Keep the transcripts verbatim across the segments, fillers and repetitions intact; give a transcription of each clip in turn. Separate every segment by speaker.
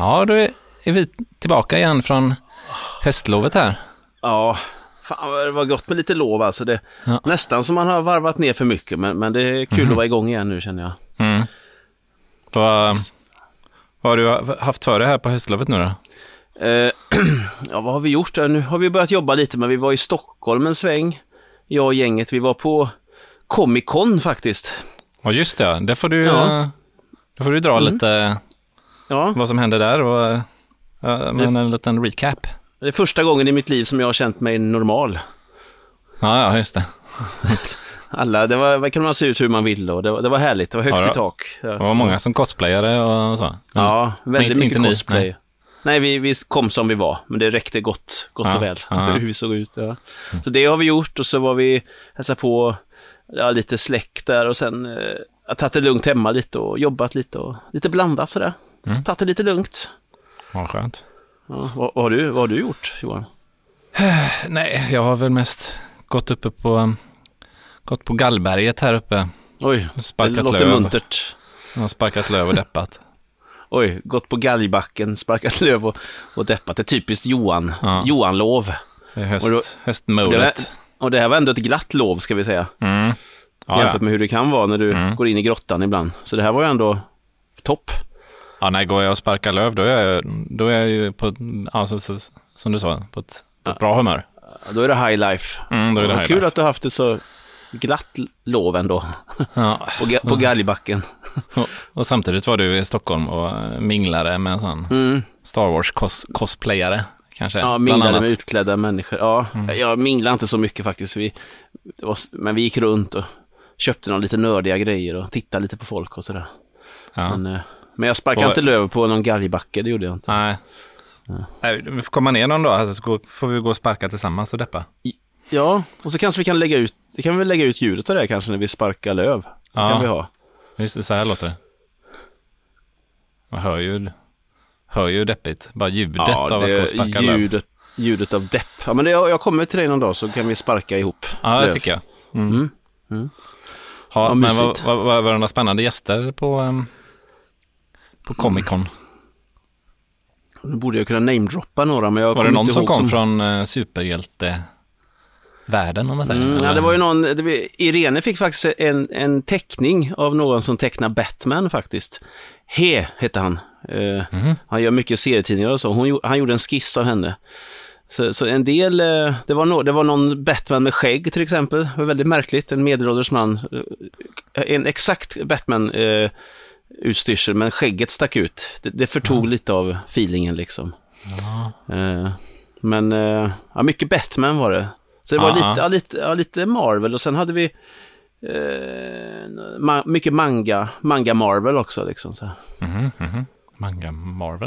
Speaker 1: Ja, då är vi tillbaka igen från höstlovet här.
Speaker 2: Ja, fan, det var gott med lite lov alltså. Det, ja. Nästan som man har varvat ner för mycket, men, men det är kul mm. att vara igång igen nu, känner jag.
Speaker 1: Mm. Vad, vad har du haft för dig här på höstlovet nu då?
Speaker 2: Eh, ja, vad har vi gjort? Nu har vi börjat jobba lite, men vi var i Stockholm en sväng. Jag och gänget, vi var på Comic Con faktiskt.
Speaker 1: Ja, just det. Det får du, ja. det får du dra mm. lite ja. vad som hände där och uh, men en liten recap.
Speaker 2: Det är första gången i mitt liv som jag har känt mig normal.
Speaker 1: Ja, ja just det.
Speaker 2: Alla, det var, vad kan man se ut hur man vill och det var, det var härligt, det var högt ja, i tak. Ja.
Speaker 1: Det var många som cosplayade och så. Mm.
Speaker 2: Ja, väldigt mycket
Speaker 1: inte
Speaker 2: cosplay.
Speaker 1: Ni,
Speaker 2: nej, nej vi, vi kom som vi var, men det räckte gott, gott
Speaker 1: ja,
Speaker 2: och väl
Speaker 1: ja.
Speaker 2: hur vi såg ut. Ja. Mm. Så det har vi gjort och så var vi hälsa på ja, lite släkt där och sen eh, tagit det lugnt hemma lite och jobbat lite och lite blandat sådär. Mm. Tagit det lite lugnt.
Speaker 1: Ja, skönt.
Speaker 2: Ja, vad, vad, har du, vad har du gjort, Johan?
Speaker 1: Nej, jag har väl mest gått uppe på gått på Gallberget här uppe.
Speaker 2: Oj,
Speaker 1: sparkat
Speaker 2: det låter
Speaker 1: löv.
Speaker 2: muntert.
Speaker 1: Jag har sparkat löv och deppat.
Speaker 2: Oj, gått på Gallbacken, sparkat löv och, och deppat. Det är typiskt Johan. Ja. Johan-lov.
Speaker 1: Det är höst, och höstmodet.
Speaker 2: Och det här var ändå ett glatt lov, ska vi säga.
Speaker 1: Mm. Ja,
Speaker 2: jämfört
Speaker 1: ja.
Speaker 2: med hur det kan vara när du
Speaker 1: mm.
Speaker 2: går in i grottan ibland. Så det här var ju ändå topp.
Speaker 1: Ja, när går jag och sparkar löv, då är jag, då är jag ju på, alltså, som du sa, på ett, på ett bra humör.
Speaker 2: Då är det high life.
Speaker 1: Mm, då är det high
Speaker 2: kul
Speaker 1: life.
Speaker 2: Att du har haft ett så glatt lov ändå.
Speaker 1: Ja.
Speaker 2: på, på Galgbacken.
Speaker 1: Och, och samtidigt var du i Stockholm och minglade med en sån mm. Star Wars cos, cosplayare. Kanske,
Speaker 2: ja, minglade med utklädda människor. Ja, mm. jag minglade inte så mycket faktiskt. Vi, det var, men vi gick runt och köpte några lite nördiga grejer och tittade lite på folk och sådär. Ja. Men, men jag sparkade på, inte löv på någon galgbacke, det gjorde jag inte.
Speaker 1: Nej. Ja. Nej, vi får komma ner någon dag alltså, så får vi gå och sparka tillsammans och deppa.
Speaker 2: Ja, och så kanske vi kan lägga ut, det kan vi lägga ut ljudet av det kanske när vi sparkar löv. Det ja. kan vi ha.
Speaker 1: Just det, så här låter det. Man hör ju, hör ju deppigt. Bara ljudet ja, av att gå och sparka
Speaker 2: ljudet,
Speaker 1: löv.
Speaker 2: Ljudet av depp. Ja, men det, jag kommer till dig någon dag så kan vi sparka ihop.
Speaker 1: Ja, det löv. tycker jag. Mm. Mm. Mm. Ha, ja, men vad, vad, vad var det några spännande gäster på, um, på Comic Con?
Speaker 2: Nu borde jag kunna namedroppa några, men jag
Speaker 1: var det någon som kom
Speaker 2: som...
Speaker 1: från uh, superhjältevärlden, om man säger?
Speaker 2: Mm, ja, det var ju någon, det var, Irene fick faktiskt en, en teckning av någon som tecknar Batman faktiskt. He heter han. Uh, mm. Han gör mycket serietidningar och så. Hon, han gjorde en skiss av henne. Så, så en del, uh, det var, no, det var någon Batman med skägg till exempel. Det var väldigt märkligt, en medelålders man. Uh, en exakt Batman uh, utstyrsel, men skägget stack ut. Det, det förtog mm. lite av feelingen liksom. Ja. Uh, men uh, ja, mycket Batman var det. Så det var lite, ja, lite, ja, lite Marvel och sen hade vi uh, ma- mycket manga, manga Marvel också liksom så.
Speaker 1: Mhm, mhm. Manga Marvel.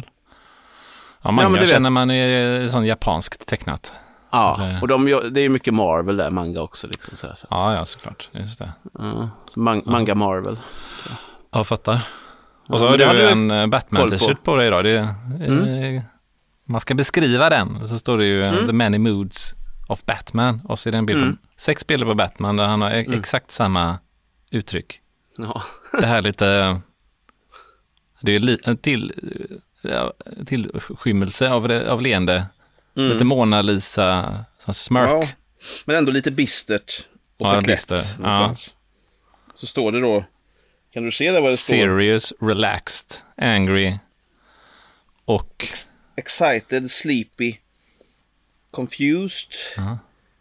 Speaker 1: Ja, manga ja, känner vet. man är sån japanskt tecknat.
Speaker 2: Ja, eller... och de, det är ju mycket Marvel där, manga också liksom så, så.
Speaker 1: Ja, ja, såklart. Just det.
Speaker 2: Uh, så man, ja. Manga Marvel. Så.
Speaker 1: Ja, fattar. Och så ja, har du en du Batman-t-shirt på. på dig idag. Det, mm. eh, man ska beskriva den. Så står det ju mm. The Many Moods of Batman. Och så är det en bild mm. på sex bilder på Batman där han har mm. exakt samma uttryck.
Speaker 2: Ja.
Speaker 1: Det här lite... Det är li, till, ja, till skymmelse av, av leende. Mm. Lite Mona Lisa som smörk. Wow.
Speaker 2: Men ändå lite bistert och
Speaker 1: ja,
Speaker 2: förklätt någonstans. Ja. Så står det då... Kan du se där vad det står?
Speaker 1: Serious, relaxed, angry och...
Speaker 2: Excited, sleepy, confused, uh-huh.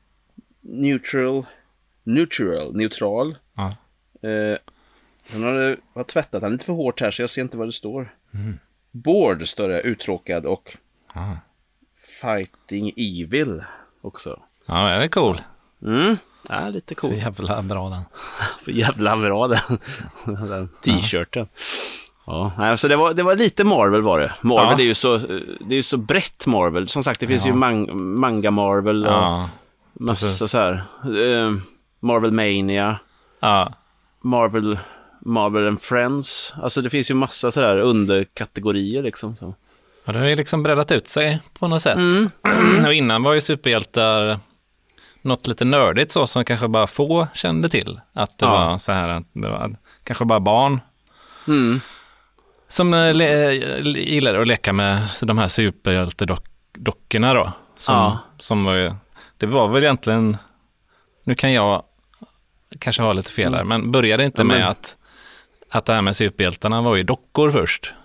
Speaker 2: neutral, neutral, neutral. Uh-huh. Eh, sen har det har tvättat han lite för hårt här så jag ser inte vad det står. Mm. Bored står det, uttråkad och uh-huh. fighting evil också.
Speaker 1: Ja, det är cool.
Speaker 2: Så. Mm. Ja, lite cool.
Speaker 1: För jävla bra den.
Speaker 2: För jävla bra den. den t-shirten. Ja, ja så det var, det var lite Marvel var det. Marvel ja. är ju så, det är ju så brett Marvel. Som sagt, det finns ja. ju man, manga Marvel och
Speaker 1: ja.
Speaker 2: massa Precis. så här. Uh, Marvel Mania.
Speaker 1: Ja.
Speaker 2: Marvel, Marvel and Friends. Alltså det finns ju massa så här underkategorier liksom. Så.
Speaker 1: Ja, det har ju liksom breddat ut sig på något sätt. Mm. Och innan var ju superhjältar... något lite nördigt så som kanske bara få kände till. Att det ja. var så här att det var kanske bara barn
Speaker 2: mm.
Speaker 1: som le, gillade att leka med de här superhjältedockorna då. Som, ja. som var, det var väl egentligen, nu kan jag kanske ha lite fel här, mm. men började inte ja, men... med att, att det här med superhjältarna var ju dockor först.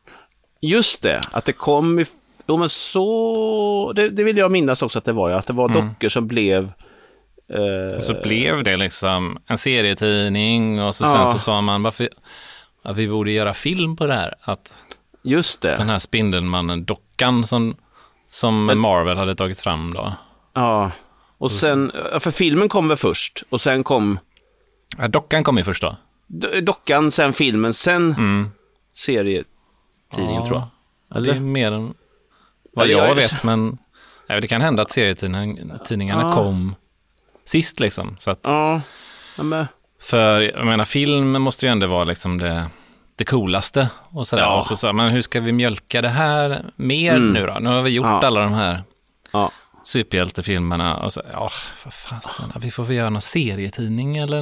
Speaker 2: Just det, att det kom i, jo, men så, det, det vill jag minnas också att det var, att det var mm. dockor som blev
Speaker 1: eh... och så blev det liksom en serietidning och så ja. sen så sa man varför att vi borde göra film på det här, att
Speaker 2: just det.
Speaker 1: Den här Spindelmannen-dockan som, som men... Marvel hade tagit fram då.
Speaker 2: Ja, och sen, för filmen kom väl först och sen kom
Speaker 1: ja, dockan kom ju först då.
Speaker 2: D- dockan, sen filmen, sen mm. serietidningen ja, tror jag. Eller?
Speaker 1: Det är mer än vad jag vet, men ja, det kan hända att serietidningarna ja. kom sist liksom. Så att,
Speaker 2: ja. Men...
Speaker 1: För jag menar, film måste ju ändå vara liksom det, det coolaste och sådär. Ja. Och så sa men hur ska vi mjölka det här mer mm. nu då? Nu har vi gjort ja. alla de här
Speaker 2: ja.
Speaker 1: superhjältefilmerna och så, ja, för fasen, vi får väl göra någon serietidning eller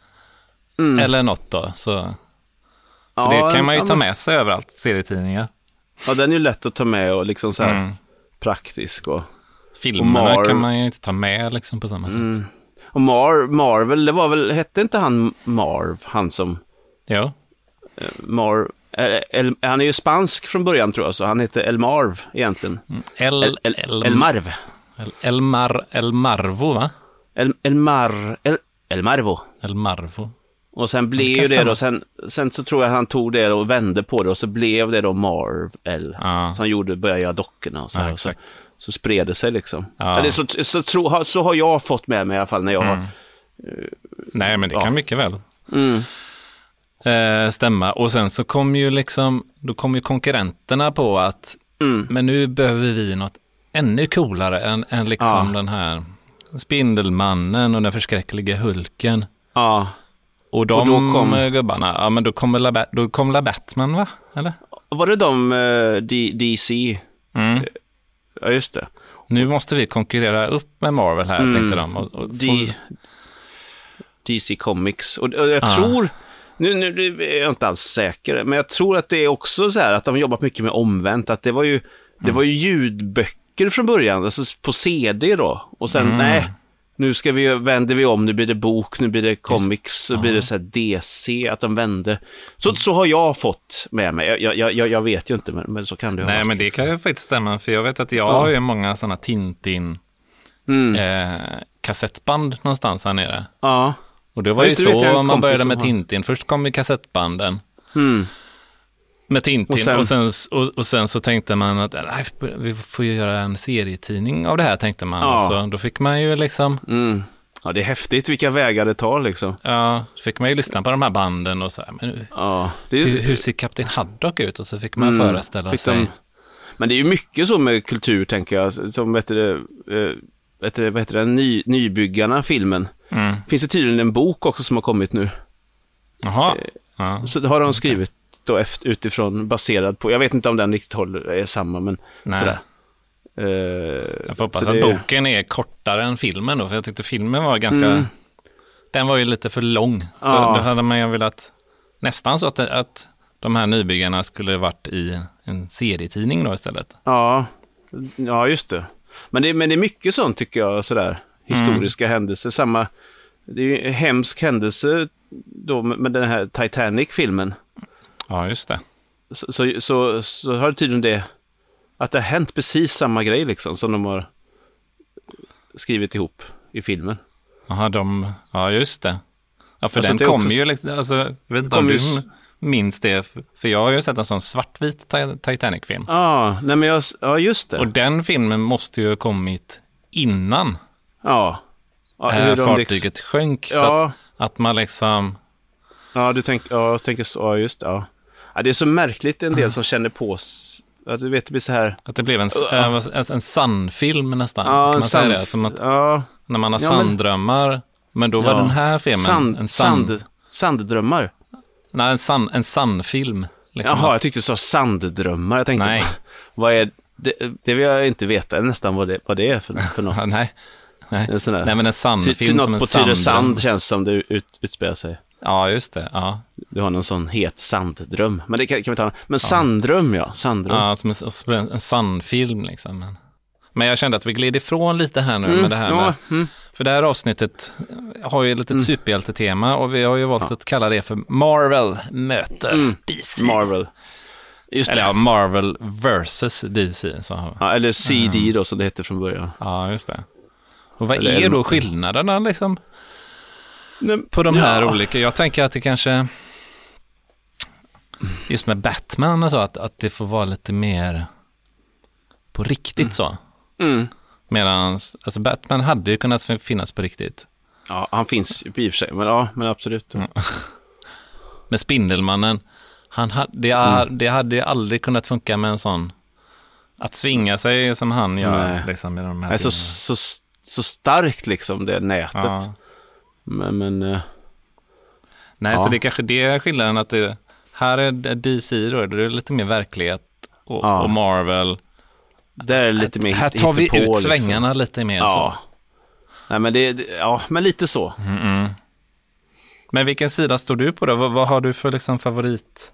Speaker 1: mm. eller något då. Så, för ja, det kan man ju ja, ta med sig överallt, serietidningar.
Speaker 2: Ja, den är ju lätt att ta med och liksom så här mm. praktisk. Och,
Speaker 1: filmerna och Mar- kan man ju inte ta med liksom på samma sätt. Mm.
Speaker 2: Och Mar- Marvel, det var väl, hette inte han Marv, han som...
Speaker 1: Ja.
Speaker 2: Mar- El, han är ju spansk från början tror jag, så han heter El Marv egentligen.
Speaker 1: Mm. El, El, El, El,
Speaker 2: El Marv.
Speaker 1: El, El, Mar, El Marvo, va?
Speaker 2: El, El Mar... El, El Marvo.
Speaker 1: El Marvo.
Speaker 2: Och sen blev ju det då, sen, sen så tror jag han tog det och vände på det och så blev det då Marv El. Ah. Så han gjorde, började göra dockorna och så, ah, och så, så spred det sig liksom. Ah. Eller så, så, tro, så har jag fått med mig i alla fall när jag mm. har...
Speaker 1: Uh, Nej, men det ja. kan mycket väl
Speaker 2: mm.
Speaker 1: uh, stämma. Och sen så kom ju liksom, då kom ju konkurrenterna på att mm. men nu behöver vi något ännu coolare än, än liksom ah. den här Spindelmannen och den förskräckliga Hulken.
Speaker 2: Ja.
Speaker 1: Och de och då kom, gubbarna, ja men då kom, La, då kom La Batman, va? Eller?
Speaker 2: Var det de uh, D- DC?
Speaker 1: Mm.
Speaker 2: Ja, just det.
Speaker 1: Nu måste vi konkurrera upp med Marvel här, mm. tänkte de. Och, och
Speaker 2: D- få... D C Comics. Och, och jag ah. tror, nu, nu är jag inte alls säker, men jag tror att det är också så här att de har jobbat mycket med omvänt. Att det var ju, mm. det var ju ljudböcker från början, alltså på C D då. Och sen, mm. nej... Nu ska vi, vänder vi om, nu blir det bok, nu blir det comics, nu blir det så här D C, att de vänder. Så, så har jag fått med mig. Jag, jag, jag, jag vet ju inte, men, men så kan det ju ha.
Speaker 1: Nej, men det kan ju faktiskt stämma, för jag vet att jag ja. har ju många sådana Tintin mm. eh, kassettband någonstans här nere.
Speaker 2: Ja.
Speaker 1: Och det var ju så man började med Tintin. Först kom ju kassettbanden.
Speaker 2: Mm.
Speaker 1: Med Tintin och sen, och, sen, och, och sen så tänkte man att nej, vi får ju göra en serietidning av det här, tänkte man. Ja. Så då fick man ju liksom...
Speaker 2: Mm. Ja, det är häftigt vilka vägar det tar liksom.
Speaker 1: Ja, så fick man ju lyssna på de här banden och så här, men
Speaker 2: ja, det är...
Speaker 1: hur, hur ser Kapten Haddock ut? Och så fick man mm. föreställa fick sig. De...
Speaker 2: Men det är ju mycket så med kultur, tänker jag. Som, vet du, äh, vet du, vad heter det, Ny, Nybyggarna, filmen. Mm. Finns det tydligen en bok också som har kommit nu.
Speaker 1: Jaha.
Speaker 2: Eh, ja. Så har de skrivit då efter, utifrån, baserad på, jag vet inte om den riktigt håller, är samma, men
Speaker 1: nej.
Speaker 2: Sådär. Uh,
Speaker 1: jag får hoppas att det... boken är kortare än filmen då, för jag tyckte filmen var ganska, mm. den var ju lite för lång, så ja. då hade man ju velat nästan så att, att de här nybyggarna skulle varit i en serietidning då istället.
Speaker 2: Ja, ja just det. Men det, men det är mycket sånt tycker jag, sådär, historiska mm. händelser, samma, det är ju en hemsk händelse då med den här Titanic-filmen.
Speaker 1: Ja, just det.
Speaker 2: Så, så, så, så har det tydligen det att det har hänt precis samma grej liksom som de har skrivit ihop i filmen.
Speaker 1: Jaha, de, ja just det. Ja, för alltså den kom också... ju liksom, alltså, jag vet inte om du ju... minns det, för jag har ju sett en sån svartvit Titanic-film.
Speaker 2: Ja, nej men jag, ja just det.
Speaker 1: Och den filmen måste ju ha kommit innan
Speaker 2: ja. Ja,
Speaker 1: äh, fartyget liksom... sjönk, ja. Så att, att man liksom...
Speaker 2: Ja, du tänk, ja, jag tänker så, ja just ja. Ja, det är så märkligt en del mm. som känner på att du vet det blir så här
Speaker 1: att det blev en uh, uh. en, en sannfilm nästan.
Speaker 2: Ja,
Speaker 1: kan man
Speaker 2: sand,
Speaker 1: säga det som att
Speaker 2: ja.
Speaker 1: när man har ja, sanddrömmar, men, men då var ja. den här filmen
Speaker 2: sand,
Speaker 1: en sand,
Speaker 2: sand sanddrömmar.
Speaker 1: Nej, en sann en sannfilm liksom.
Speaker 2: Jaha, jag tyckte du sa sanddrömmar. Jag tänkte
Speaker 1: nej.
Speaker 2: vad är det, det vill jag inte veta nästan vad det vad det är för för något.
Speaker 1: nej. Nej. Nej, men en sannfilm
Speaker 2: som
Speaker 1: en
Speaker 2: betyder sand känns som det ut, utspelar sig.
Speaker 1: Ja, just det. Ja.
Speaker 2: Du har någon sån het sanddröm. Men det kan, kan vi ta. Men ja. sanddröm, ja. Sanddröm.
Speaker 1: Ja, som en, en sandfilm liksom. Men, men jag kände att vi gled ifrån lite här nu mm, med det här. Ja, med, mm. För det här avsnittet har ju lite mm. superhjältetema och vi har ju valt ja. att kalla det för Marvel möter mm. D C.
Speaker 2: Marvel.
Speaker 1: Just eller ja, Marvel versus D C. Så.
Speaker 2: Ja, eller C D mm. då, som det hette från början.
Speaker 1: Ja, just det. Och vad eller, är då skillnaderna liksom? Nej, på de här ja. olika? Jag tänker att det kanske just med Batman och så, att, att det får vara lite mer på riktigt mm. så.
Speaker 2: Mm.
Speaker 1: Medan, alltså Batman hade ju kunnat finnas på riktigt.
Speaker 2: Ja, han finns ju i och för sig, men ja, men absolut.
Speaker 1: Mm. Med Spindelmannen, han hade, det, mm. det hade ju aldrig kunnat funka med en sån, att svinga sig som han gör. Liksom, med de här
Speaker 2: Nej, så, så, så starkt liksom, det nätet. Ja. Men, men uh,
Speaker 1: Nej, ja. så det är kanske det skillnaden, att det, här är D C då, det är lite mer verklighet och, ja. och Marvel.
Speaker 2: Det är lite mer
Speaker 1: här tar vi ut svängarna liksom. Lite mer
Speaker 2: ja.
Speaker 1: så.
Speaker 2: Nej, men det, ja, men lite så.
Speaker 1: Mm-mm. Men vilken sida står du på då? Vad, vad har du för liksom favorit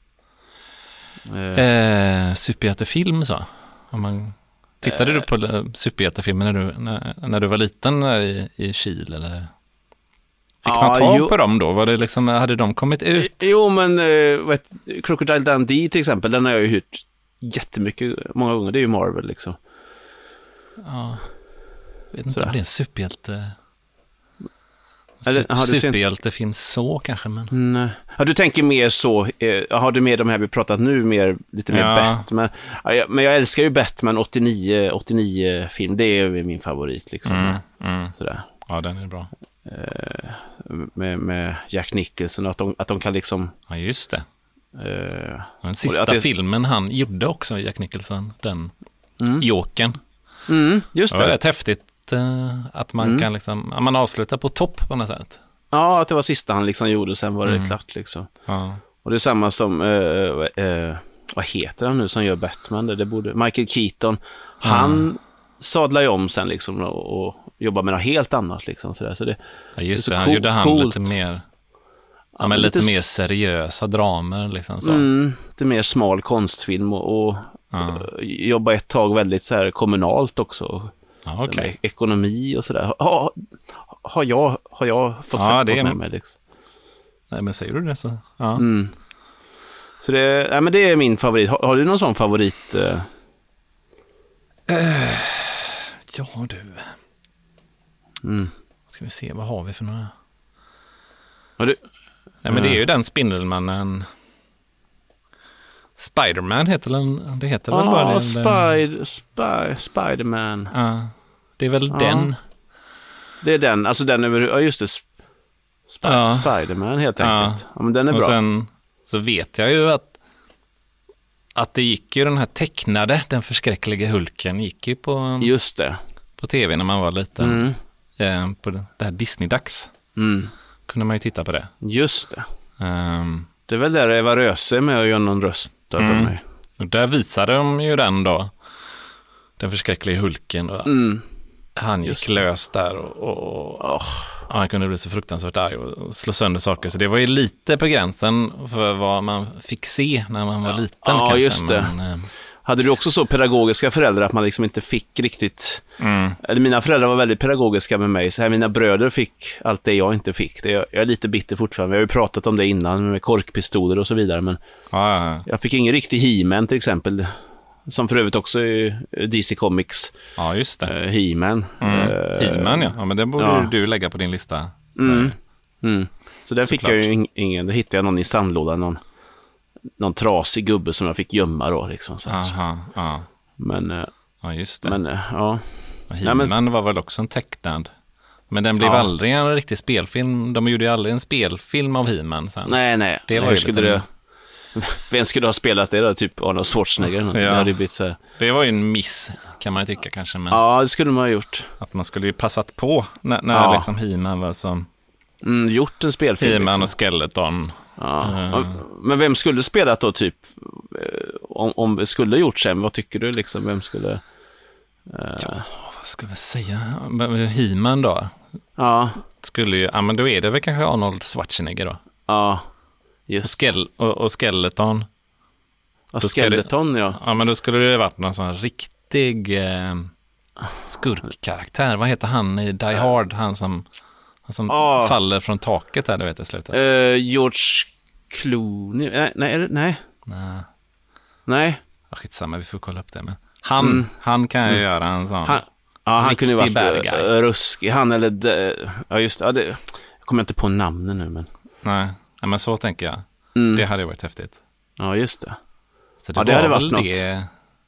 Speaker 1: eh. Eh, superhjältefilm så? Om man tittade eh. du på superhjältefilmer när du när, när du var liten i i Kil eller fick ah, man tag jo. på dem då? Var det liksom, hade de kommit ut?
Speaker 2: Jo, men eh, vet, Crocodile Dundee till exempel, den har jag ju hyrt jättemycket, många gånger. Det är ju Marvel liksom.
Speaker 1: Ja. Jag vet inte Sådär. om det är en superhjälte...
Speaker 2: Eller,
Speaker 1: har du superhjältefilm så kanske, men...
Speaker 2: Nej. Ja, du tänker mer så... Eh, har du med de här vi pratat nu, mer, lite mer ja. Batman? Ja, jag, men jag älskar ju Batman åttionio, åttionio-film. Det är min favorit liksom.
Speaker 1: Mm, mm.
Speaker 2: Sådär.
Speaker 1: Ja, den är bra.
Speaker 2: Eh, med, med Jack Nicholson, att de, att de kan liksom...
Speaker 1: Ja, just det. Uh, den sista det, filmen han gjorde också, Jack Nicholson, den mm. Jokern.
Speaker 2: Mm, just det.
Speaker 1: Det var rätt häftigt uh, att man mm. kan liksom, man avslutar på topp på något sätt.
Speaker 2: Ja, att det var sista han liksom gjorde, sen var det mm. klart liksom.
Speaker 1: Ja.
Speaker 2: Och det är samma som uh, uh, vad heter han nu som gör Batman? Det, det borde Michael Keaton. Han mm. sadlar ju om sen liksom och, och jobbar med något helt annat liksom sådär. Så det,
Speaker 1: ja, just
Speaker 2: det,
Speaker 1: det, han
Speaker 2: cool,
Speaker 1: gjorde han
Speaker 2: coolt.
Speaker 1: lite mer Ja, men lite, lite mer seriösa dramer liksom så.
Speaker 2: Mm, lite mer smal konstfilm och, och ja. jobba ett tag väldigt så här kommunalt också.
Speaker 1: Ja, okay.
Speaker 2: Med ekonomi och sådär. Ha, har jag har jag fått,
Speaker 1: ja,
Speaker 2: fått
Speaker 1: det är...
Speaker 2: med mig liksom.
Speaker 1: Nej, men säger du det så. Ja.
Speaker 2: Mm. Så det, nej, men det är min favorit. Har, har du någon sån favorit? Uh...
Speaker 1: Uh, ja, du.
Speaker 2: Mm.
Speaker 1: Ska vi se, vad har vi för några?
Speaker 2: Har du
Speaker 1: Nej, men det är ju den Spindelmannen. Spider-Man heter den. Det heter väl
Speaker 2: ah,
Speaker 1: bara det.
Speaker 2: Spider, Spy, Spider-Man.
Speaker 1: Ja, det är väl
Speaker 2: ah.
Speaker 1: den.
Speaker 2: Det är den, alltså den över, ja just det. Sp- ja. Spider-Man helt enkelt. Ja. Ja, men den är
Speaker 1: och
Speaker 2: bra.
Speaker 1: Sen så vet jag ju att att det gick ju den här tecknade, den förskräckliga Hulken gick ju på
Speaker 2: just det.
Speaker 1: På tv när man var liten.
Speaker 2: Mm.
Speaker 1: Eh, på det här Disney-dags.
Speaker 2: Mm.
Speaker 1: Kunde man ju titta på det.
Speaker 2: Just det.
Speaker 1: Um,
Speaker 2: det är väl där Eva Röse med att göra någon röst där mm. för mig.
Speaker 1: Och där visade de ju den då. Den förskräckliga Hulken. Och
Speaker 2: mm.
Speaker 1: han gick lös där och, och, och oh. han kunde bli så fruktansvärt arg och, och slå sönder saker. Så det var ju lite på gränsen för vad man fick se när man var liten.
Speaker 2: Ja,
Speaker 1: kanske.
Speaker 2: just det. Men, eh, hade du också så pedagogiska föräldrar att man liksom inte fick riktigt...
Speaker 1: Mm.
Speaker 2: Eller mina föräldrar var väldigt pedagogiska med mig. Så här, mina bröder fick allt det jag inte fick. Det, jag är lite bitter fortfarande. Vi har ju pratat om det innan med korkpistoler och så vidare. Men
Speaker 1: ja, ja, ja.
Speaker 2: jag fick ingen riktig He-Man till exempel. Som för övrigt också är D C Comics.
Speaker 1: Ja, just det.
Speaker 2: Uh, He-Man.
Speaker 1: Mm.
Speaker 2: Uh,
Speaker 1: He-Man, ja. ja. Men det borde ja. du lägga på din lista.
Speaker 2: Mm. Mm. Så där fick klart. jag ju ingen. Då hittade jag någon i sandlådan. Någon, någon trasig gubbe som jag fick gömma då. Liksom, så
Speaker 1: Aha, ja.
Speaker 2: Men, uh,
Speaker 1: ja, just det.
Speaker 2: Men, uh, ja.
Speaker 1: Och He-Man ja, men... var väl också en tecknad. Men den blev ja. aldrig en riktig spelfilm. De gjorde ju aldrig en spelfilm av He-Man sen.
Speaker 2: Nej, nej.
Speaker 1: Det var
Speaker 2: nej,
Speaker 1: ju
Speaker 2: skulle
Speaker 1: lite...
Speaker 2: det... Vem skulle ha spelat det då? Typ Arnold Schwarzenegger. Ja. Det, hade blivit så här...
Speaker 1: det var ju en miss, kan man ju tycka kanske. Men
Speaker 2: ja, det skulle man ha gjort.
Speaker 1: Att man skulle ju passat på när, när ja. liksom He-Man var som...
Speaker 2: Mm, gjort en spelfilm.
Speaker 1: He-Man
Speaker 2: liksom.
Speaker 1: och Skeleton.
Speaker 2: Ja. Uh... Men vem skulle spela då typ? Om, om det skulle gjort sen, vad tycker du liksom? Vem skulle... Uh...
Speaker 1: Ja, vad ska vi säga? He-Man då?
Speaker 2: Ja.
Speaker 1: Skulle ju... Ja, men då är det väl kanske Arnold Schwarzenegger då?
Speaker 2: Ja. Just.
Speaker 1: Och, skell, och, och Skeleton.
Speaker 2: Och Skeleton,
Speaker 1: det,
Speaker 2: ja.
Speaker 1: Ja, men då skulle det varit någon sån riktig eh, skurkkaraktär. Vad heter han i Die Hard? Han som, han som oh. faller från taket där, du vet, i slutet.
Speaker 2: Uh, George Clooney. Nej, nej, är det, nej.
Speaker 1: Nej.
Speaker 2: Nej.
Speaker 1: Ja, skitsamma, vi får kolla upp det. Men han, mm. han kan ju mm. göra en sån
Speaker 2: han, ja, han kunde ju varit ruskig. Han eller... De, ja, just ja, det. Jag kommer inte på namnen nu, men...
Speaker 1: Nej, ja, men så tänker jag.
Speaker 2: Mm.
Speaker 1: Det hade varit häftigt.
Speaker 2: Ja, just det.
Speaker 1: Så det, ja, det hade varit något. Det.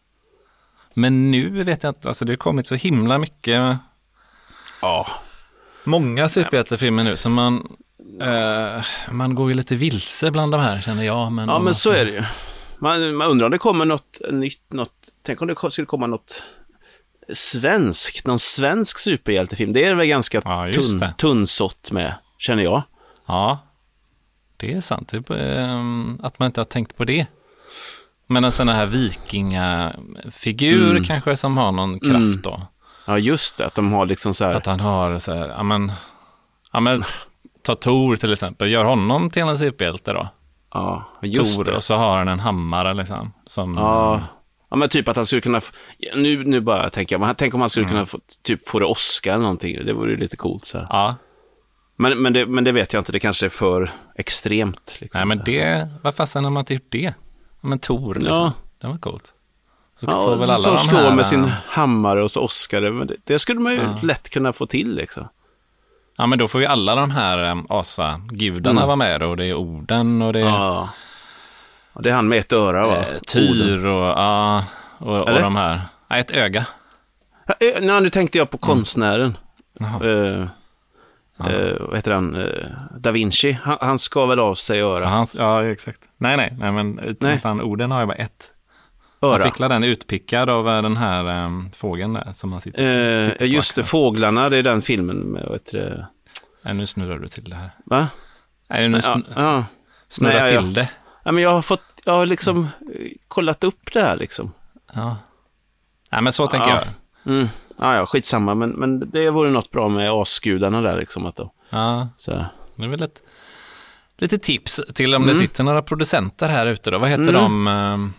Speaker 1: Men nu vet jag inte, alltså det har kommit så himla mycket.
Speaker 2: Ja.
Speaker 1: Många superhjältefilmer nu, så man, eh, man går ju lite vilse bland de här, känner jag. Men
Speaker 2: ja, men så är det ju. Man, man undrar om det kommer något nytt, något, tänk om det skulle komma något svenskt, någon svensk superhjältefilm. Det är väl ganska
Speaker 1: ja,
Speaker 2: tunn, tunnsått med, känner jag.
Speaker 1: Ja, det är sant. Typ, eh, att man inte har tänkt på det. Men en sån här vikingafigur mm. kanske som har någon kraft mm. då.
Speaker 2: Ja, just det. Att de har liksom så här...
Speaker 1: Att han har så här, ja men, ja men ta Thor till exempel. Gör honom till en superhjälte då.
Speaker 2: Ja, just
Speaker 1: Thor,
Speaker 2: det.
Speaker 1: Och så har han en hammare liksom. Som,
Speaker 2: ja. ja, men typ att han skulle kunna... Få, nu, nu bara tänker jag, men tänk om han skulle mm. kunna få, typ få det Oscar eller någonting. Det vore ju lite coolt så här.
Speaker 1: Ja.
Speaker 2: Men, men, det, men det vet jag inte. Det kanske är för extremt. Liksom,
Speaker 1: nej, men det... Vad fasen har man inte gjort det? Men Thor, liksom.
Speaker 2: Ja.
Speaker 1: Det var coolt.
Speaker 2: Så ja, får väl alla som slår här, med sin hammare och så Oscar. Men det, det skulle man ju ja. lätt kunna få till, liksom.
Speaker 1: Ja, men då får ju alla de här um, asa-gudarna mm. vara med. Och det är Oden och det är...
Speaker 2: Ja. Och det är han med ett öra, va?
Speaker 1: Eh, Tyr och, ja, och, och de här... Nej, ett öga.
Speaker 2: Ja, nej, nu tänkte jag på konstnären. Mm. Uh, Uh, vad heter han? Uh, Da Vinci. Han, han ska väl av sig öra.
Speaker 1: Ja, han, ja, exakt. Nej, nej, nej men utan nej. Han, orden har ju bara ett.
Speaker 2: Öra.
Speaker 1: Han fick den utpickad av den här um, fågeln där som han sitter,
Speaker 2: uh,
Speaker 1: sitter på.
Speaker 2: Just det, fåglarna, det är den filmen med, vad heter det?
Speaker 1: Nej, nu snurrar du till det här.
Speaker 2: Va?
Speaker 1: Nej, nu sn- ja, ja. snurrar nej, till ja. det.
Speaker 2: Ja, men jag har fått, jag har liksom kollat upp det här liksom.
Speaker 1: Ja. Nej, men så tänker
Speaker 2: ja.
Speaker 1: jag.
Speaker 2: Mm. Ja, ja, skitsamma, men, men det vore något bra med asgudarna där liksom. Att då,
Speaker 1: ja,
Speaker 2: så.
Speaker 1: Det är väl ett, lite tips till om mm. det sitter några producenter här ute då. Vad heter mm. de um,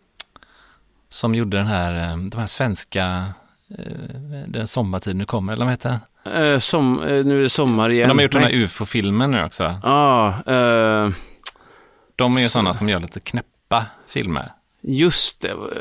Speaker 1: som gjorde den här, um, de här svenska uh, den sommartid nu kommer, eller vad heter den?
Speaker 2: Uh, som, uh, nu är det sommar igen.
Speaker 1: Men de har gjort Nej. den här U F O-filmen nu också.
Speaker 2: Ja. Uh,
Speaker 1: de är ju sådana som gör lite knäppa filmer.
Speaker 2: Just det. Uh,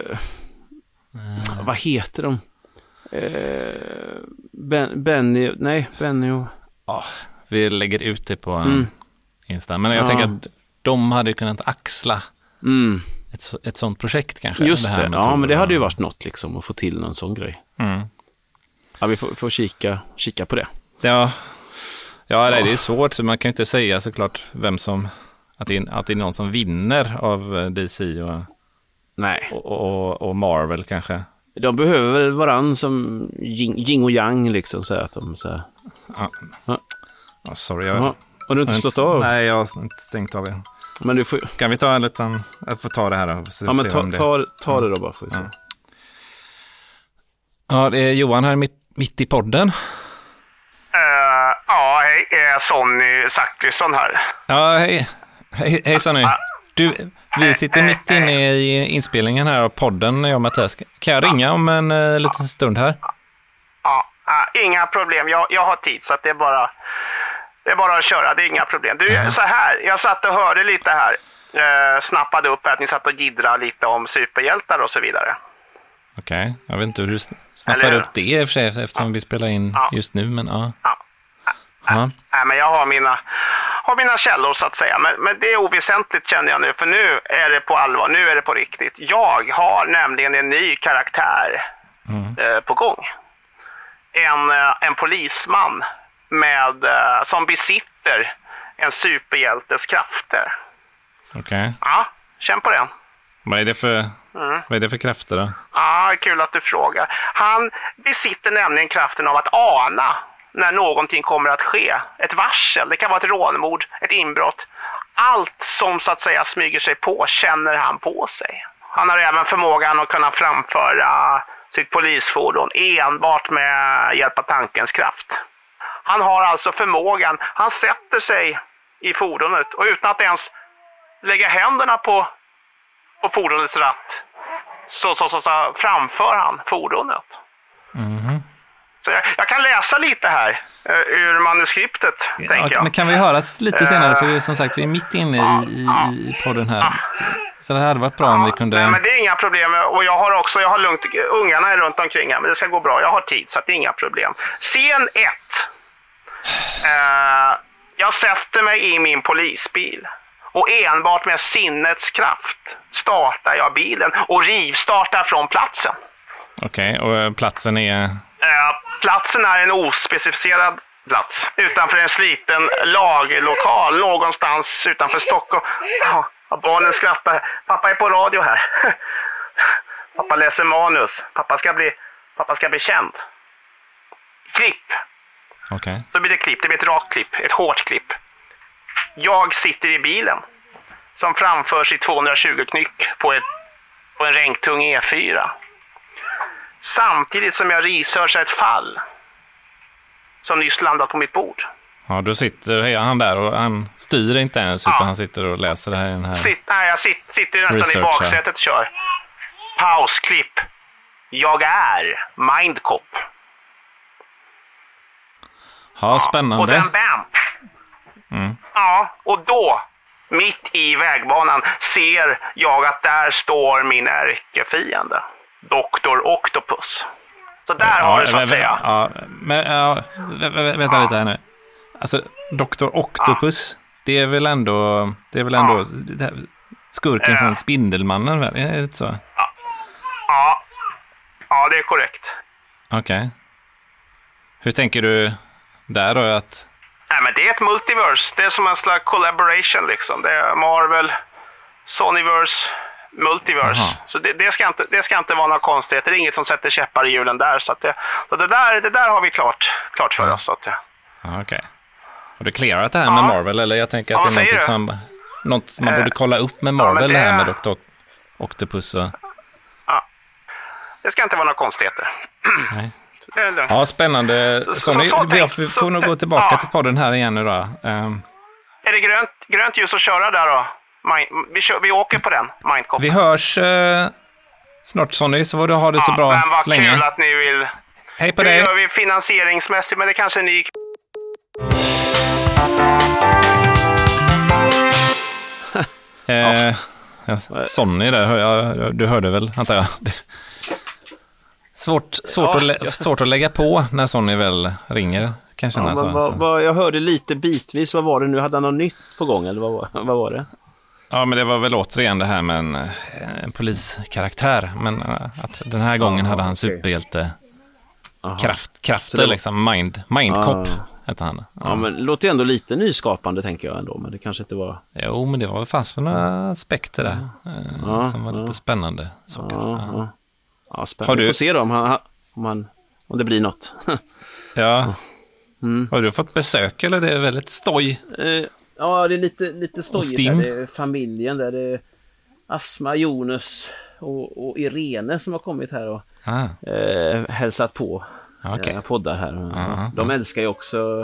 Speaker 1: uh.
Speaker 2: Vad heter de? Eh, ben, Benny, nej, Benny och...
Speaker 1: Oh, vi lägger ut det på mm. Insta. Men jag ja. tänker att de hade kunnat axla
Speaker 2: mm.
Speaker 1: ett, ett sånt projekt kanske.
Speaker 2: Just det,
Speaker 1: det.
Speaker 2: ja, men det hade ju varit något liksom att få till någon sån grej.
Speaker 1: Mm.
Speaker 2: Ja, vi får, får kika, kika på det.
Speaker 1: Ja, ja nej, det är svårt, så man kan ju inte säga såklart vem som, att det är, att det är någon som vinner av D C och,
Speaker 2: nej.
Speaker 1: och, och, och Marvel kanske.
Speaker 2: De behöver väl varann som yin och yang liksom, så att de så här.
Speaker 1: Ja.
Speaker 2: Ja.
Speaker 1: Ja, sorry, jag
Speaker 2: har du inte slått av?
Speaker 1: Nej, jag har inte stängt av det.
Speaker 2: Men du får...
Speaker 1: Kan vi ta en liten, jag får ta det här då. Så
Speaker 2: ja, men ta, det. ta, ta det då bara, får vi se.
Speaker 1: Ja. Ja, det är Johan här mitt, mitt i podden. Uh,
Speaker 3: ja, hej, är Sonny Zachrisson här.
Speaker 1: Ja, hej. Hej, hej Sonny. Du, vi sitter mitt inne i inspelningen här av podden, jag och Mattias. Kan jag ringa om en uh, liten stund här?
Speaker 3: Ja, uh, inga problem. Jag, jag har tid, så att det är bara det är bara att köra. Det är inga problem. Du, uh-huh. så här, jag satt och hörde lite här. Uh, snappade upp att ni satt och giddrade lite om superhjältar och så vidare.
Speaker 1: Okej, okay. Jag vet inte hur du snappar upp det i och för sig, eftersom ja. vi spelar in ja. just nu, men ja.
Speaker 3: Ja. Ja. Nej, men jag har mina, har mina källor så att säga, men, men det är oväsentligt känner jag nu, för nu är det på allvar, nu är det på riktigt. Jag har nämligen en ny karaktär mm. eh, på gång. En, eh, en polisman med, eh, som besitter en superhjältes krafter.
Speaker 1: Okej. Okay.
Speaker 3: Ja, känn på den.
Speaker 1: Vad är det för, mm. vad är det för krafter då?
Speaker 3: Ja, kul att du frågar. Han besitter nämligen kraften av att ana när någonting kommer att ske. Ett varsel, det kan vara ett rånmord, ett inbrott. Allt som så att säga smyger sig på känner han på sig. Han har även förmågan att kunna framföra sitt polisfordon enbart med hjälp av tankens kraft. Han har alltså förmågan, han sätter sig i fordonet och utan att ens lägga händerna på, på fordonets ratt så, så, så, så framför han fordonet.
Speaker 1: Mm.
Speaker 3: Så jag, jag kan läsa lite här uh, ur manuskriptet, ja, tänker jag.
Speaker 1: Men kan vi höras lite senare, för vi, som sagt, vi är mitt inne i, i, i podden här. Så, så det hade varit bra ja, om vi kunde...
Speaker 3: Nej, men det är inga problem. Och jag har också, jag har lugnt, ungarna är runt omkring här, men det ska gå bra. Jag har tid, så att det är inga problem. Scen ett. Uh, jag sätter mig i min polisbil. Och enbart med sinnets kraft startar jag bilen och rivstartar från platsen.
Speaker 1: Okej, okay, och platsen är...
Speaker 3: Uh, platsen är en ospecificerad plats utanför en sliten lagerlokal någonstans utanför Stockholm. Ja, barnen skrattar. Pappa är på radio här. Pappa läser manus. Pappa ska bli, pappa ska bli känd. Klipp.
Speaker 1: Okej. Okay.
Speaker 3: Då blir det klipp. Det blir ett rakt klipp. Ett hårt klipp. Jag sitter i bilen som framförs i tvåhundratjugo knyck på, ett, på en regntung E fyra. Samtidigt som jag researchar ett fall som nyss landat på mitt bord.
Speaker 1: Ja, då sitter han där och han styr inte ens, ja. Utan han sitter och läser det här i den här...
Speaker 3: Sitt, nej, jag sit, sitter nästan i baksätet och kör. Pausklipp. Jag är Mindcop.
Speaker 1: Ja, spännande.
Speaker 3: Och den bam.
Speaker 1: Mm.
Speaker 3: Ja, och då, mitt i vägbanan, ser jag att där står min ärkefiende. doktor Octopus. Så där ja, har du så att
Speaker 1: vä-
Speaker 3: säga.
Speaker 1: Ja, men ja, vä- vä- vänta ja. lite här nu. Alltså, doktor Octopus, ja. det är väl ändå, det är väl ändå ja. det här, skurken ja. från Spindelmannen, väl? Är det inte så?
Speaker 3: Ja, ja. ja det är korrekt.
Speaker 1: Okej. Okay. Hur tänker du där då? Att...
Speaker 3: Nej, men det är ett multiverse. Det är som en slags collaboration liksom. Det är Marvel, Sonyverse, Multiverse. Aha. Så det, det, ska inte, det ska inte vara några konstigheter. Det är inget som sätter käppar i hjulen där. Så, att det, så det, där, det där har vi klart, klart för ja. oss. Så att, ja.
Speaker 1: Okej. Okay. Har du clearat det här ja. med Marvel? Eller jag tänker att ja, det är något som, något som man eh, borde kolla upp med Marvel, ja, det, det här med doktor Octopus. Och...
Speaker 3: Ja. Det ska inte vara några konstigheter.
Speaker 1: Nej. Ja, spännande. Så, så, så, så vi får så, nog gå tillbaka ja. till podden här igen nu då. Um...
Speaker 3: Är det grönt, grönt ljus att köra där då? Mind, vi, kör, vi åker på den, Mindcop.
Speaker 1: Vi hörs uh, snart, Sonny, så får du ha det ja, så bra.
Speaker 3: Men vad
Speaker 1: slänga.
Speaker 3: Kul att ni vill.
Speaker 1: Hej på
Speaker 3: nu
Speaker 1: dig.
Speaker 3: Nu gör vi finansieringsmässigt, men det kanske ni...
Speaker 1: eh, ja, Sonny där, jag, du hörde väl, antar jag. Svårt, svårt, ja, att lä- ja. svårt att lägga på när Sonny väl ringer. Kanske ja,
Speaker 2: vad, vad, vad, jag hörde lite bitvis. Vad var det nu? Hade han något nytt på gång? Eller vad, vad var det?
Speaker 1: Ja, men det var väl återigen det här med en, en poliskaraktär. Men att den här gången ja, hade han okay. superhjälte kraft, krafter, var... liksom. Mind, Mindcop ja. hette han. Ja.
Speaker 2: ja, men det låter ändå lite nyskapande, tänker jag ändå. Men det kanske inte var...
Speaker 1: Jo, men det var väl fast för några aspekter där. Ja, som var ja. lite spännande. Ja, ja.
Speaker 2: Ja. Ja, spännande. Vi får se då om, han, om, han, om det blir något.
Speaker 1: Ja. Mm. Har du fått besök eller det är väldigt stoj?
Speaker 2: Eh, ja, det är lite, lite stojigt där. Det är familjen där. Det är Asma, Jonas och, och Irene som har kommit här och ah. eh, hälsat på. Okay. Eh, poddar här. Uh-huh. De älskar ju också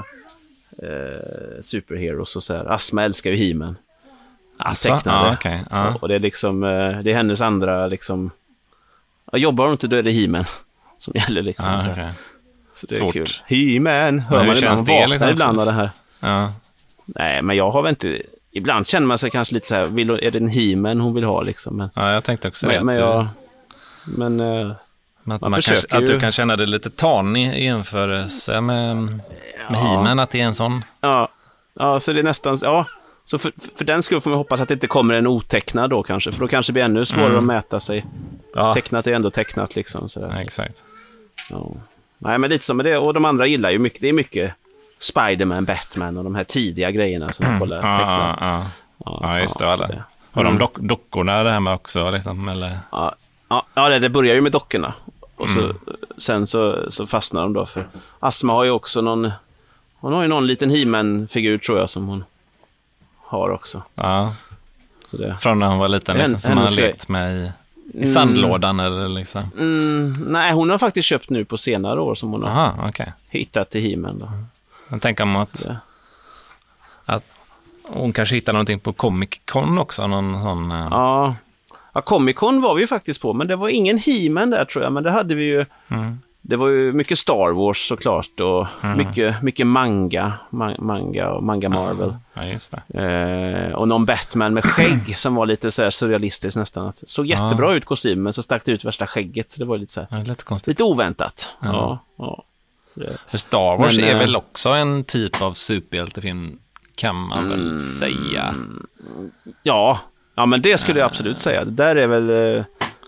Speaker 2: eh, superheroes och så här. Asma älskar ju He-Man.
Speaker 1: Alltså? Ah, okay. ah.
Speaker 2: Och det är liksom eh, det är hennes andra liksom. Jag jobbar hon inte, då är det He-Man som gäller liksom. Ah, okay. Så det är Svårt. Kul. He-Man, hör man ibland, det, vaknar liksom, ibland av det här. Ja. Nej, men jag har väl inte... Ibland känner man sig kanske lite så här, vill, är det en He-Man hon vill ha liksom. Men,
Speaker 1: ja, jag tänkte också
Speaker 2: men,
Speaker 1: det.
Speaker 2: Men,
Speaker 1: du,
Speaker 2: jag, men, uh,
Speaker 1: men att, man man kanske, ju... att du kan känna det lite tanig i jämförelse med, med ja. He-Man, att det är en sån...
Speaker 2: Ja, ja så det är nästan... Ja. Så för, för den skulle får man hoppas att det inte kommer en otecknad då kanske. För då kanske det blir ännu svårare mm. att mäta sig. Ja. Tecknat är ändå tecknat liksom. Sådär,
Speaker 1: ja,
Speaker 2: så.
Speaker 1: Exakt.
Speaker 2: Ja. Nej, men lite som med det. Och de andra gillar ju mycket. Det är mycket Spider-Man, Batman och de här tidiga grejerna som mm. kollar
Speaker 1: ja,
Speaker 2: tecknat.
Speaker 1: Ja, ja. ja, just det. Ja, det. Och de dock- dockorna det här med också liksom, eller?
Speaker 2: Ja, ja, ja det, det börjar ju med dockorna. Och så, mm. sen så, så fastnar de då för... Asma har ju också någon... Hon har ju någon liten He-Man-figur tror jag som hon har också.
Speaker 1: Ja.
Speaker 2: Så det,
Speaker 1: från när hon var liten liksom, som man har lekt med i, i sandlådan mm. eller liksom.
Speaker 2: Mm, nej, hon har faktiskt köpt nu på senare år som hon har
Speaker 1: Aha, okay.
Speaker 2: hittat till He-Man då.
Speaker 1: Jag tänker om att, att hon kanske hittar någonting på Comic Con också. Någon sån, uh...
Speaker 2: ja. ja, Comic Con var vi ju faktiskt på, men det var ingen He-Man där tror jag, men det hade vi ju. Mm. Det var ju mycket Star Wars såklart och mm. mycket, mycket manga, ma- manga och manga Marvel.
Speaker 1: Ja, just det.
Speaker 2: Eh, och någon Batman med skägg som var lite så här surrealistisk nästan. Såg jättebra ja. ut kostymen, men så stack det ut värsta skägget, så det var lite så här,
Speaker 1: ja, lite konstigt.
Speaker 2: Lite oväntat. Ja. Ja, ja.
Speaker 1: Så det... För Star Wars men, är väl också en typ av superhjältefilm, kan man mm, väl säga.
Speaker 2: Ja, ja men det skulle jag absolut säga. Det där är väl uh,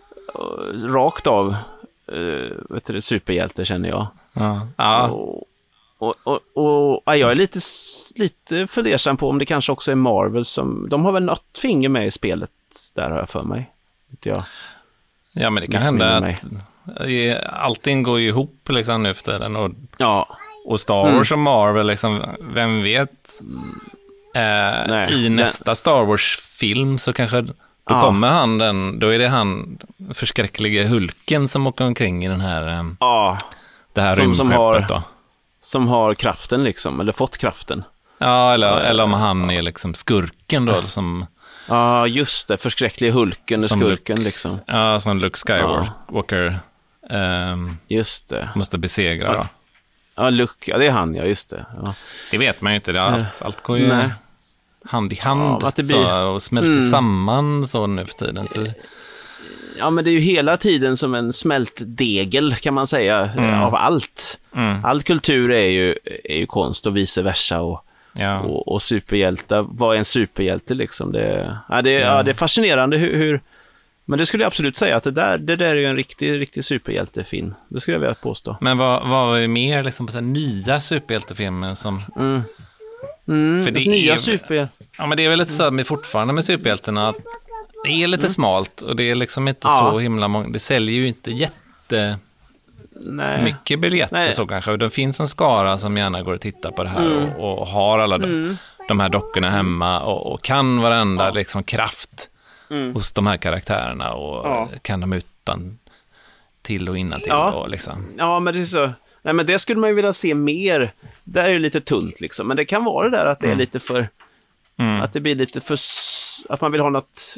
Speaker 2: rakt av Uh, vet du, superhjälte känner jag.
Speaker 1: Ja. Ja.
Speaker 2: Och, och, och, och ja, jag är lite, lite fundersam på om det kanske också är Marvel som... De har väl något finger med i spelet där, har jag för mig. Inte jag.
Speaker 1: Ja, men det kan hända att allting går ju ihop liksom nu efter den. Och,
Speaker 2: ja.
Speaker 1: och Star Wars mm. och Marvel, liksom, vem vet? Eh, Nej, I nästa den... Star Wars-film så kanske... Då ja. kommer han den, då är det han förskräckliga Hulken som åker omkring i den här
Speaker 2: ja.
Speaker 1: det här
Speaker 2: som, som har
Speaker 1: då.
Speaker 2: Som har kraften liksom, eller fått kraften.
Speaker 1: Ja, eller, ja, eller om han är liksom skurken då som
Speaker 2: ja, just det, förskräckliga Hulken och skurken Luke, liksom.
Speaker 1: Ja, som Luke Skywalker ja. um,
Speaker 2: just det.
Speaker 1: Måste besegra
Speaker 2: ja.
Speaker 1: då.
Speaker 2: Ja, Luke, ja det är han, ja just det. Ja.
Speaker 1: Det vet man ju inte, det allt, allt går ju Nej. hand i hand
Speaker 2: ja, blir...
Speaker 1: så, och smälter mm. samman så nu för tiden. Så...
Speaker 2: Ja, men det är ju hela tiden som en smältdegel kan man säga mm. av allt. Mm. All kultur är ju, är ju konst och vice versa och, ja. och, och superhjältar. Vad är en superhjälte liksom? Det, ja, det, ja. Ja, det är fascinerande hur, hur... Men det skulle jag absolut säga att det där, det där är ju en riktig, riktig superhjältefilm. Det skulle jag vilja påstå.
Speaker 1: Men vad, vad är mer liksom på så här nya superhjältefilmer som...
Speaker 2: Mm. Mm,
Speaker 1: för det
Speaker 2: nya
Speaker 1: är,
Speaker 2: superhjältar.
Speaker 1: Ja, men det är väl lite så med fortfarande med superhjältarna att det är lite mm. smalt och det är liksom inte ja. så himla många. Det säljer ju inte jätte Nej. mycket biljetter Nej. så kanske. Det finns en skara som gärna går och tittar på det här mm. och, och har alla de, mm. de här dockorna hemma och, och kan varenda ja. liksom kraft mm. hos de här karaktärerna och ja. kan de utan till och innan till
Speaker 2: ja.
Speaker 1: och liksom.
Speaker 2: Ja, men det är så. Nej, men det skulle man ju vilja se mer. Där är det lite tunt liksom. Men det kan vara det där att det är mm. lite för mm. att det blir lite för att man vill ha något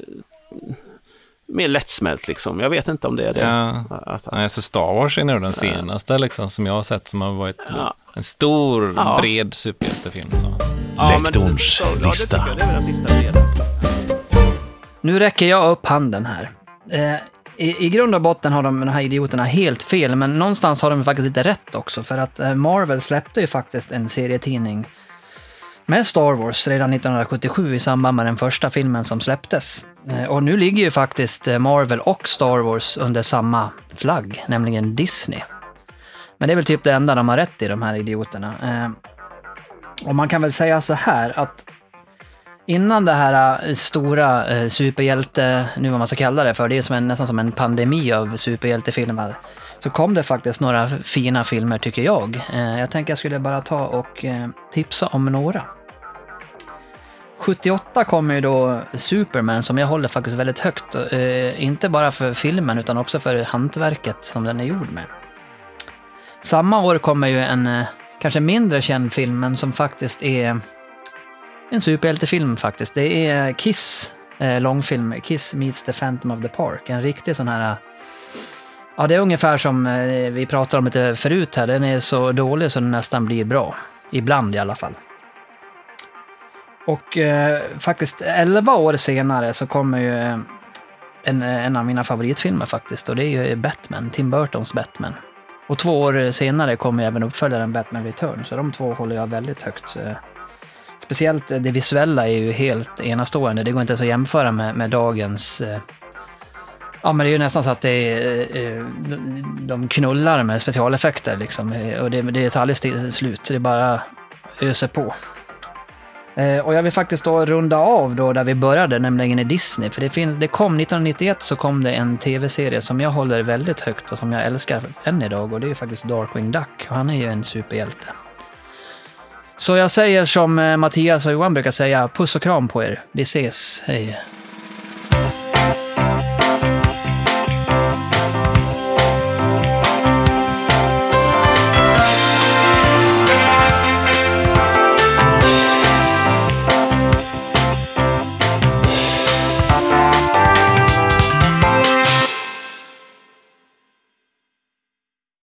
Speaker 2: mer lättsmält liksom. Jag vet inte om det är det.
Speaker 1: Ja. Att, att... Nej, så Star Wars är nog den senaste liksom, som jag har sett som har varit ja. en stor, ja. bred superhjältefilm. Så.
Speaker 2: Ja, Lektorns men, lista. Ja, det, det är väl den sista delen.
Speaker 4: Nu räcker jag upp handen här. Eh, i, I grund och botten har de, de här idioterna helt fel, men någonstans har de faktiskt lite rätt också, för att eh, Marvel släppte ju faktiskt en serietidning med Star Wars redan nittonhundrasjuttiosju i samband med den första filmen som släpptes. Eh, och nu ligger ju faktiskt Marvel och Star Wars under samma flagg, nämligen Disney. Men det är väl typ det enda de har rätt i, de här idioterna. Eh, och man kan väl säga så här att innan det här stora eh, superhjälte, nu vad man ska kalla det för, det är som en, nästan som en pandemi av superhjältefilmer, så kom det faktiskt några fina filmer tycker jag. Eh, jag tänker jag skulle bara ta och eh, tipsa om några. sjuttioåtta kommer ju då Superman, som jag håller faktiskt väldigt högt. Eh, inte bara för filmen utan också för hantverket som den är gjord med. Samma år kommer ju en eh, kanske mindre känd film, men som faktiskt är en superhjältefilm faktiskt. Det är Kiss, eh, långfilm. Kiss meets the Phantom of the Park. En riktig sån här... Ja, det är ungefär som eh, vi pratade om lite förut här. Den är så dålig så den nästan blir bra. Ibland i alla fall. Och eh, faktiskt elva år senare så kommer ju en, en av mina favoritfilmer faktiskt. Och det är ju Batman, Tim Burtons Batman. Och två år senare kommer även uppföljaren Batman Return. Så de två håller jag väldigt högt. Speciellt det visuella är ju helt enastående. Det går inte ens att jämföra med, med dagens... Ja, men det är ju nästan så att det är, de knullar med specialeffekter liksom. Och det, det är aldrig slut. Det är bara öser på. Och jag vill faktiskt då runda av då där vi började, nämligen i Disney. För det, finns, det kom nittonhundranittioett så kom det en tv-serie som jag håller väldigt högt och som jag älskar än idag. Och det är faktiskt Darkwing Duck. Och han är ju en superhjälte. Så jag säger som Mattias och Johan brukar säga, puss och kram på er. Vi ses, hej.